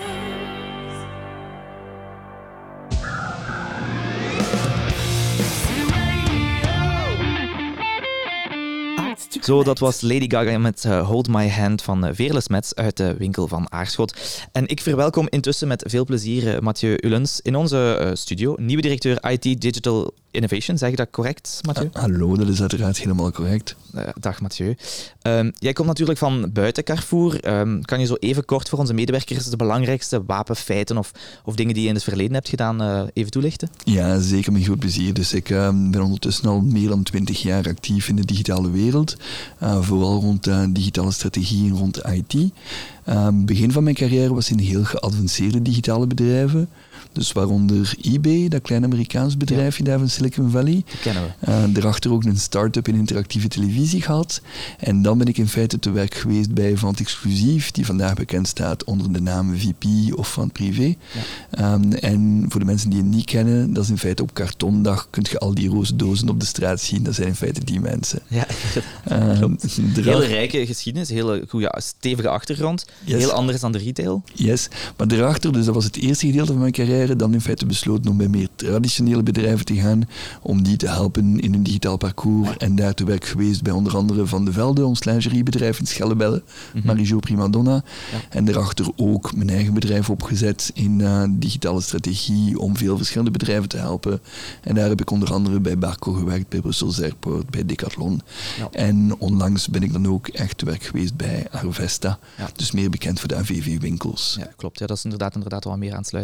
Zo, dat was Lady Gaga met uh, Hold My Hand van uh, Veerle Smets uit de winkel van Aarschot. En ik verwelkom intussen met veel plezier uh, Mathieu Ullens in onze uh, studio. Nieuwe directeur I T Digital Innovation, zeg je dat correct, Mathieu? Uh, hallo, dat is uiteraard helemaal correct. Uh, dag Mathieu. Um, jij komt natuurlijk van buiten Carrefour. Um, kan je zo even kort voor onze medewerkers de belangrijkste wapenfeiten of, of dingen die je in het verleden hebt gedaan uh, even toelichten? Ja, zeker met groot plezier. Dus ik uh, ben ondertussen al meer dan twintig jaar actief in de digitale wereld. Uh, vooral rond uh, digitale strategie en rond I T. Uh, begin van mijn carrière was in heel geavanceerde digitale bedrijven. Dus waaronder eBay, dat kleine Amerikaans bedrijfje ja. daar van Silicon Valley. Dat kennen we. Uh, daarachter ook een start-up in interactieve televisie gehad. En dan ben ik in feite te werk geweest bij Vant Exclusief, die vandaag bekend staat onder de naam V P of Vant Privé. Ja. Um, en voor de mensen die het niet kennen, dat is in feite op kartondag kun je al die roze dozen op de straat zien. Dat zijn in feite die mensen. Ja, uh, klopt. Hele rijke geschiedenis, hele goede, stevige achtergrond. Yes. Heel anders dan de retail. Yes, maar daarachter, dus dat was het eerste gedeelte van mijn carrière, dan in feite besloten om bij meer traditionele bedrijven te gaan, om die te helpen in hun digitaal parcours. Ja. En daar te werk geweest bij onder andere Van de Velde, ons lingeriebedrijf in Schellebelle, mm-hmm. Marijo Primadonna. Ja. En daarachter ook mijn eigen bedrijf opgezet in uh, digitale strategie om veel verschillende bedrijven te helpen. En daar heb ik onder andere bij Barco gewerkt, bij Brussels Airport, bij Decathlon. Ja. En onlangs ben ik dan ook echt te werk geweest bij Arvesta, ja. dus meer bekend voor de A V V-winkels. Ja, klopt. Ja, dat is inderdaad, inderdaad wel meer aansluitend.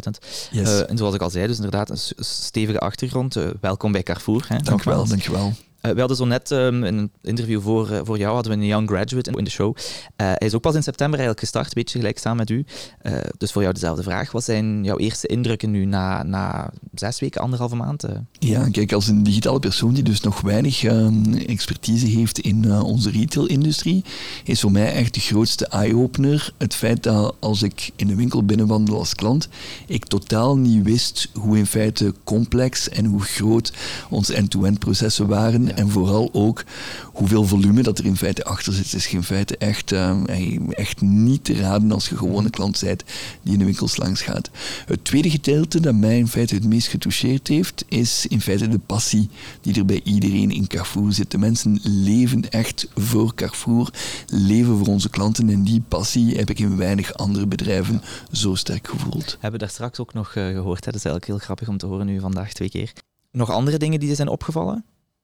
Yes. Uh, en zoals ik al zei, dus inderdaad een s- stevige achtergrond. Uh, welkom bij Carrefour. Hè, dank je wel, dank je wel. Uh, we hadden zo net um, in een interview voor, uh, voor jou hadden we een young graduate in de show. Uh, hij is ook pas in september eigenlijk gestart, een beetje gelijk samen met u. Uh, dus voor jou dezelfde vraag. Wat zijn jouw eerste indrukken nu na, na zes weken, anderhalve maand? Uh? Ja, kijk, als een digitale persoon die dus nog weinig uh, expertise heeft in uh, onze retail-industrie, is voor mij echt de grootste eye-opener het feit dat als ik in de winkel binnenwandel als klant, ik totaal niet wist hoe in feite complex en hoe groot onze end-to-end processen waren. Ja. En vooral ook hoeveel volume dat er in feite achter zit. Het is in feite echt, uh, echt niet te raden als je gewone klant bent die in de winkels langs gaat. Het tweede gedeelte dat mij in feite het meest getoucheerd heeft, is in feite de passie die er bij iedereen in Carrefour zit. De mensen leven echt voor Carrefour, leven voor onze klanten en die passie heb ik in weinig andere bedrijven zo sterk gevoeld. Hebben we daar straks ook nog uh, gehoord. Hè? Dat is eigenlijk heel grappig om te horen nu vandaag twee keer. Nog andere dingen die er zijn opgevallen?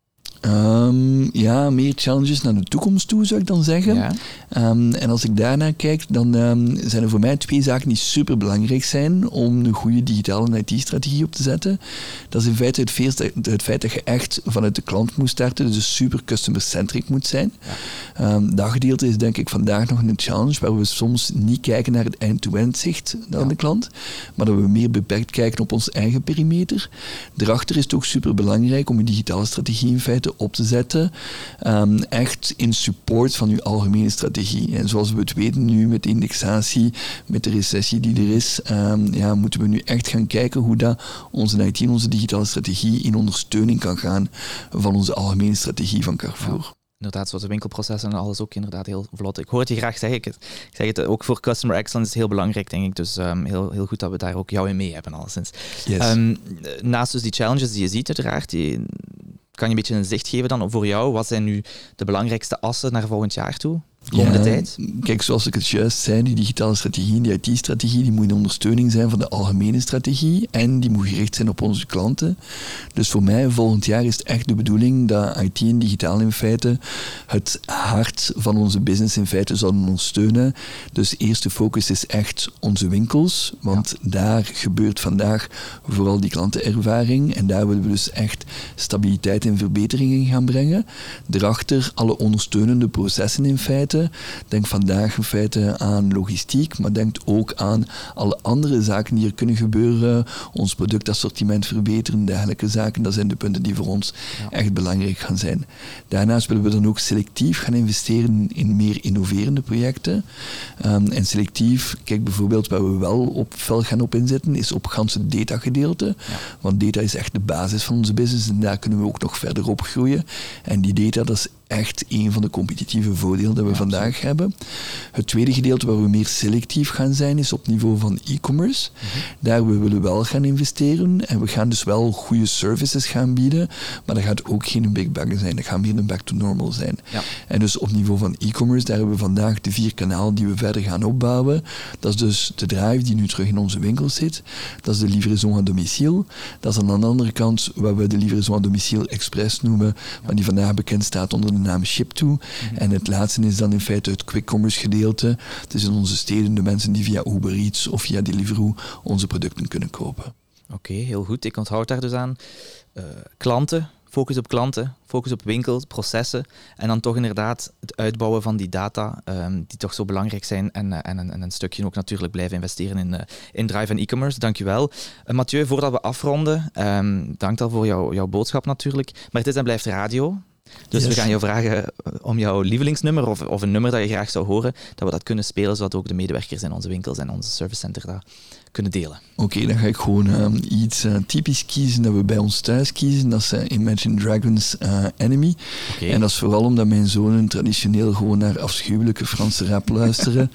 Um, ja, meer challenges naar de toekomst toe, zou ik dan zeggen. Ja. Um, en als ik daarnaar kijk, dan um, zijn er voor mij twee zaken die super belangrijk zijn om een goede digitale en I T-strategie op te zetten. Dat is in feite het feit, het feit dat je echt vanuit de klant moet starten, dus super customer-centric moet zijn. Ja. Um, dat gedeelte is denk ik vandaag nog een challenge, waar we soms niet kijken naar het end-to-end zicht naar ja. de klant, maar dat we meer beperkt kijken op ons eigen perimeter. Daarachter is het ook super belangrijk om een digitale strategie in feite op te zetten, um, echt in support van uw algemene strategie. En zoals we het weten nu met de indexatie, met de recessie die er is, um, ja, moeten we nu echt gaan kijken hoe dat onze I T en onze digitale strategie in ondersteuning kan gaan van onze algemene strategie van Carrefour. Ja. Inderdaad, zoals de winkelprocessen en alles ook inderdaad heel vlot. Ik hoor het je graag zeggen. Ik, ik zeg het ook voor customer excellence is heel belangrijk, denk ik. Dus um, heel, heel goed dat we daar ook jou in mee hebben, alleszins. Yes. Um, naast dus die challenges die je ziet, uiteraard, die, kan je een beetje een zicht geven dan voor jou? Wat zijn nu de belangrijkste assen naar volgend jaar toe? Komende ja, tijd? Kijk, zoals ik het juist zei, die digitale strategie, die I T-strategie, die moet in ondersteuning zijn van de algemene strategie en die moet gericht zijn op onze klanten. Dus voor mij, volgend jaar is het echt de bedoeling dat I T en digitaal in feite het hart van onze business in feite zouden ondersteunen. Dus eerste focus is echt onze winkels, want ja. daar gebeurt vandaag vooral die klantenervaring en daar willen we dus echt stabiliteit en verbeteringen gaan brengen. Daarachter alle ondersteunende processen in feite. Denk vandaag in feite aan logistiek, maar denk ook aan alle andere zaken die er kunnen gebeuren. Ons productassortiment verbeteren, dergelijke zaken. Dat zijn de punten die voor ons ja. echt belangrijk gaan zijn. Daarnaast willen we dan ook selectief gaan investeren in meer innoverende projecten. Um, en selectief, kijk bijvoorbeeld waar we wel op fel gaan op inzetten, is op ganse datagedeelte. Ja. Want data is echt de basis van onze business en daar kunnen we ook nog verder op groeien. En die data, dat is echt een van de competitieve voordelen dat we ja, vandaag absoluut. hebben. Het tweede gedeelte waar we meer selectief gaan zijn, is op niveau van e-commerce. Mm-hmm. Daar we willen wel gaan investeren en we gaan dus wel goede services gaan bieden, maar dat gaat ook geen big bang zijn. Dat gaat meer een back to normal zijn. Ja. En dus op niveau van e-commerce, daar hebben we vandaag de vier kanalen die we verder gaan opbouwen. Dat is dus de drive die nu terug in onze winkels zit. Dat is de livraison à domicile. Dat is aan de andere kant wat we de livraison à domicile express noemen, maar die vandaag bekend staat onder de naam Ship-to. Mm-hmm. En het laatste is dan in feite het quick-commerce gedeelte. Het is in onze steden de mensen die via Uber Eats of via Deliveroo onze producten kunnen kopen. Oké, okay, heel goed. Ik onthoud daar dus aan. Uh, klanten, focus op klanten, focus op winkels, processen en dan toch inderdaad het uitbouwen van die data um, die toch zo belangrijk zijn en, uh, en, en een stukje ook natuurlijk blijven investeren in, uh, in Drive en e-commerce. Dankjewel. Uh, Mathieu, voordat we afronden, um, dank al voor jou, jouw boodschap natuurlijk, maar het is en blijft radio. Dus yes. we gaan jou vragen om jouw lievelingsnummer of, of een nummer dat je graag zou horen, dat we dat kunnen spelen, zodat ook de medewerkers in onze winkels en onze servicecenter dat kunnen delen. Oké, okay, dan ga ik gewoon um, iets uh, typisch kiezen dat we bij ons thuis kiezen. Dat is uh, Imagine Dragons uh, Enemy. Okay. En dat is vooral omdat mijn zonen traditioneel gewoon naar afschuwelijke Franse rap luisteren.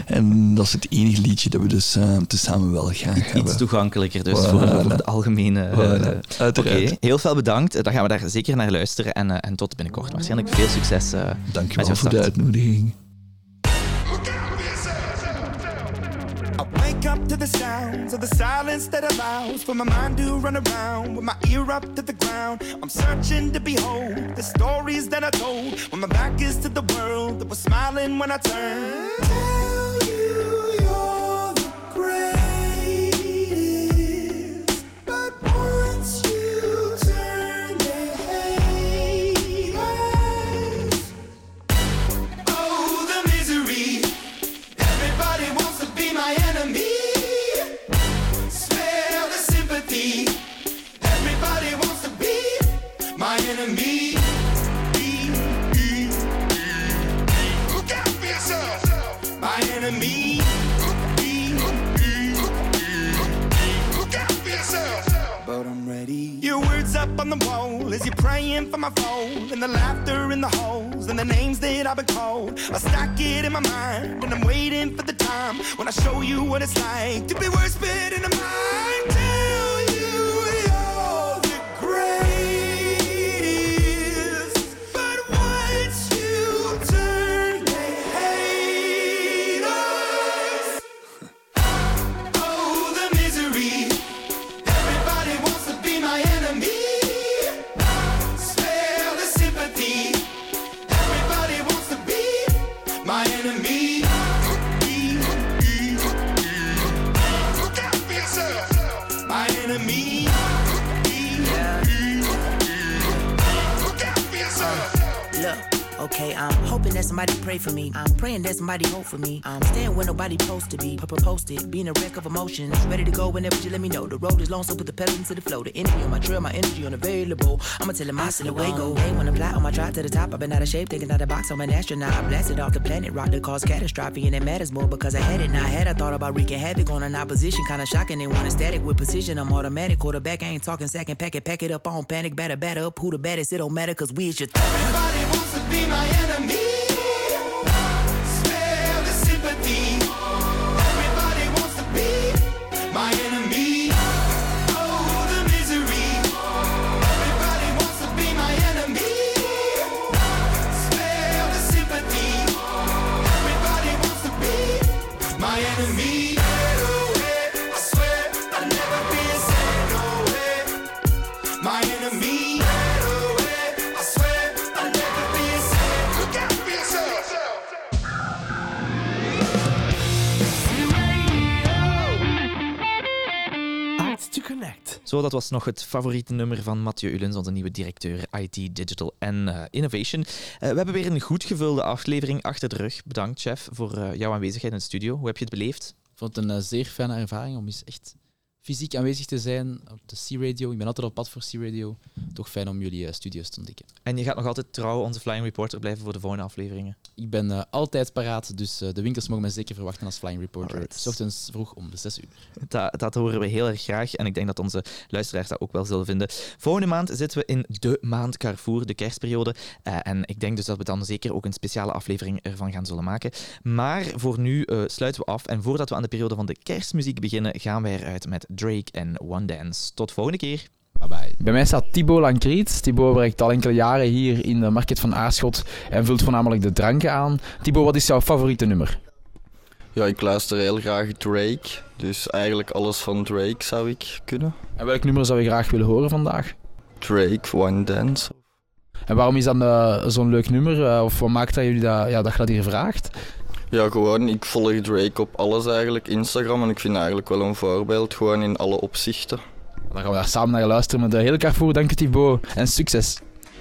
En dat is het enige liedje dat we dus uh, tezamen wel graag iets hebben. Iets toegankelijker dus voilà. voor, de, voor de algemene... Uh, voilà. Uiteraard. Okay. Heel veel bedankt. Dan gaan we daar zeker naar luisteren. En, uh, en tot binnenkort. Waarschijnlijk veel succes uh, Dank je wel voor de uitnodiging. Wake up to the sounds of the silence that allows for my mind to run around with my ear up to the ground. I'm searching to behold the stories that I told when my back is to the world that was smiling when I turned. Tell you you're the greatest. enemy. Look out for yourself. But I'm ready. Your words up on the wall as you're praying for my phone, and the laughter in the halls and the names that I've been called. I stack it in my mind and I'm waiting for the time when I show you what it's like to be worse fit in the mind. Tell you you're the greatest, but once you turn they hate us. Oh, the misery. Everybody wants to be my enemy. Spare the sympathy. Everybody wants to be my enemy. Look out for yourself. My enemy. Look out for yourself. Look, okay, I'm hoping that somebody pray for me. I'm praying that somebody hope for me. I'm staying where nobody supposed to be. Papa posted, being a wreck of emotions. Ready to go whenever you let me know. The road is long, so put the pedal into the flow. The energy on my trail, my energy unavailable. I'ma tell him I still away go. Hey, when I'm fly on my drive to the top, I've been out of shape, thinking out of the box. I'm an astronaut. I blasted off the planet, rock that caused catastrophe, and it matters more because I had it. Now I had I thought about wreaking havoc on an opposition, kinda shocking. They want a static with precision. I'm automatic, quarterback. I ain't talking second, pack it, pack it up on panic, batter, batter up. Who the baddest? It don't matter, cause we is your th- Everybody wants to be my enemy. Spare the sympathy. Everybody wants to be my enemy. Oh, the misery. Everybody wants to be my enemy. Spare the sympathy. Everybody wants to be my enemy. I swear I'll never be a sad no way. My enemy. I swear I'll never be a sad. Look out for yourself. Arts to Connect. Zo, dat was nog het favoriete nummer van Mathieu Ullens, onze nieuwe directeur I T, Digital en uh, Innovation. Uh, we hebben weer een goed gevulde aflevering achter de rug. Bedankt, chef, voor uh, jouw aanwezigheid in de studio. Hoe heb je het beleefd? Ik vond het een uh, zeer fijne ervaring om eens echt fysiek aanwezig te zijn op de C-Radio. Ik ben altijd op pad voor C-Radio. Toch fijn om jullie uh, studio's te ontdekken. En je gaat nog altijd trouw onze Flying Reporter blijven voor de volgende afleveringen? Ik ben uh, altijd paraat, dus uh, de winkels mogen mij zeker verwachten als Flying Reporter. Alright. 's Ochtends vroeg om zes uur. Dat, dat horen we heel erg graag en ik denk dat onze luisteraars dat ook wel zullen vinden. Volgende maand zitten we in de maand Carrefour, de kerstperiode. Uh, en ik denk dus dat we dan zeker ook een speciale aflevering ervan gaan zullen maken. Maar voor nu uh, sluiten we af en voordat we aan de periode van de kerstmuziek beginnen, gaan wij eruit met Drake en One Dance. Tot volgende keer. Bye bye. Bij mij staat Thibaut Lankriet. Thibaut werkt al enkele jaren hier in de market van Aarschot en vult voornamelijk de dranken aan. Thibaut, wat is jouw favoriete nummer? Ja, ik luister heel graag Drake. Dus eigenlijk alles van Drake zou ik kunnen. En welk nummer zou je graag willen horen vandaag? Drake, One Dance. En waarom is dat uh, zo'n leuk nummer? Uh, of wat maakt dat jullie dat, ja, dat je dat hier vraagt? Ja, gewoon, ik volg Drake op alles eigenlijk, Instagram. En ik vind eigenlijk wel een voorbeeld, gewoon in alle opzichten. Dan gaan we daar samen naar luisteren met de hele Carrefour. Dank je, Thibaut. En succes!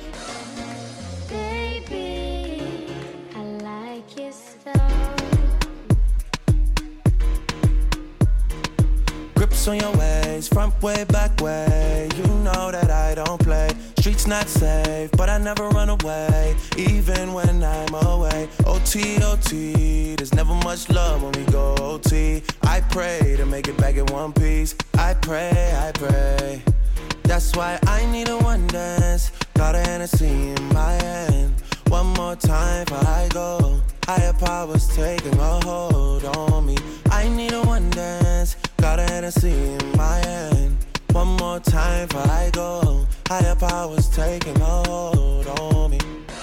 Grips on your ways, front way, back way. You know that I don't play. Streets not safe, but I never run away, even when I'm away. O T, O T, there's never much love when we go O T. I pray to make it back in one piece. I pray, I pray. That's why I need a one dance. Got a Hennessy in my hand. One more time before I go. Higher powers taking a hold on me. I need a one dance. Got a Hennessy in my hand. One more time before I go. Higher powers taking a hold on me.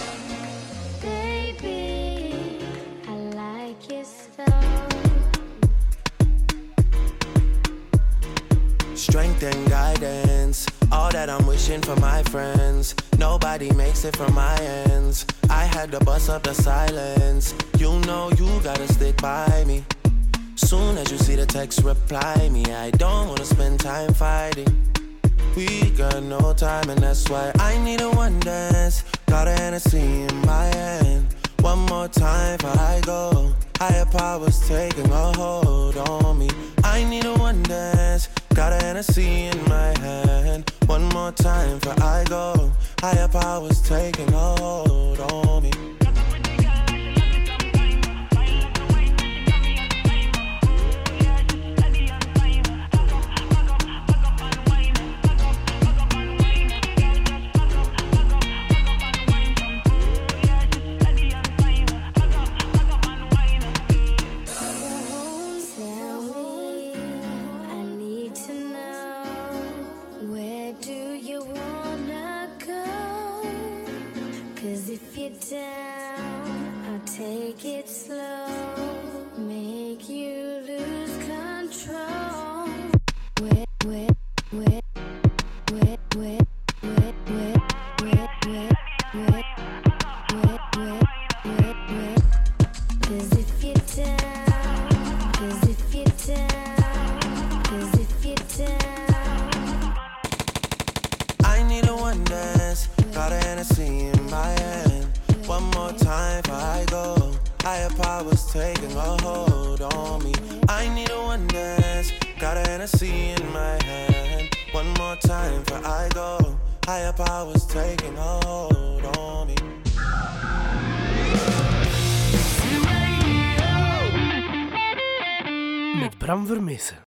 Baby, I like your style. Strength and guidance, all that I'm wishing for my friends. Nobody makes it from my ends. I had to bust up the silence. You know you gotta stick by me. Soon as you see the text, reply me. I don't wanna spend time fighting. We got no time and that's why I need a one dance. Got a Hennessy in my hand. One more time before I go. Higher powers taking a hold on me. I need a one dance. Got a Hennessy in my hand. One more time before I go. Higher powers taking a hold on me. powers taking a hold on me. I need a one dance, got a Hennessy in my hand. One more time before I go. Higher powers taking a hold on me. Met Bram Vermessen.